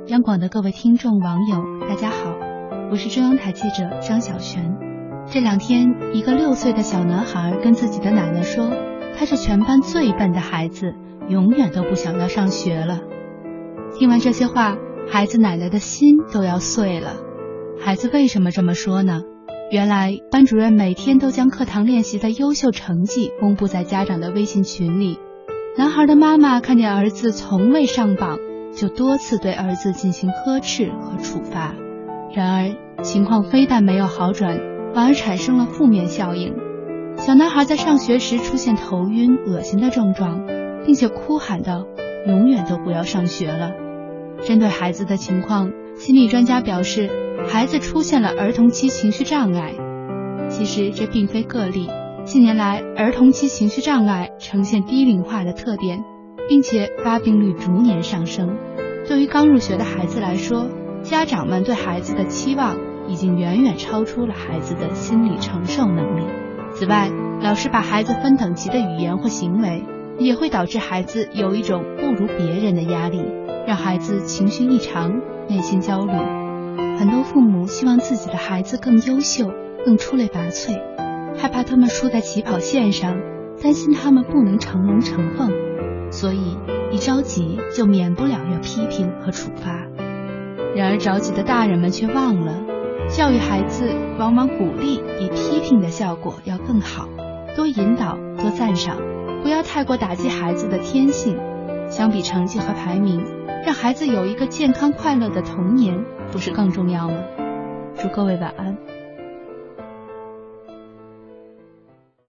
央广的各位听众网友大家好，我是中央台记者张小璇。这2天，一个6岁的小男孩跟自己的奶奶说，他是全班最笨的孩子，永远都不想要上学了。听完这些话，孩子奶奶的心都要碎了。孩子为什么这么说呢？原来班主任每天都将课堂练习的优秀成绩公布在家长的微信群里。男孩的妈妈看见儿子从未上榜，就多次对儿子进行呵斥和处罚。然而情况非但没有好转，反而产生了负面效应。小男孩在上学时出现头晕、恶心的症状，并且哭喊道永远都不要上学了。针对孩子的情况，心理专家表示，孩子出现了儿童期情绪障碍。其实这并非个例，近年来儿童期情绪障碍呈现低龄化的特点，并且发病率逐年上升。对于刚入学的孩子来说，家长们对孩子的期望已经远远超出了孩子的心理承受能力。此外，老师把孩子分等级的语言或行为，也会导致孩子有一种不如别人的压力，让孩子情绪异常，内心焦虑。很多父母希望自己的孩子更优秀，更出类拔萃，害怕他们输在起跑线上，担心他们不能成龙成凤，所以一着急就免不了要批评和处罚。然而着急的大人们却忘了，教育孩子往往鼓励比批评的效果要更好，多引导，多赞赏，不要太过打击孩子的天性。相比成绩和排名，让孩子有一个健康快乐的童年，不是更重要吗？祝各位晚安。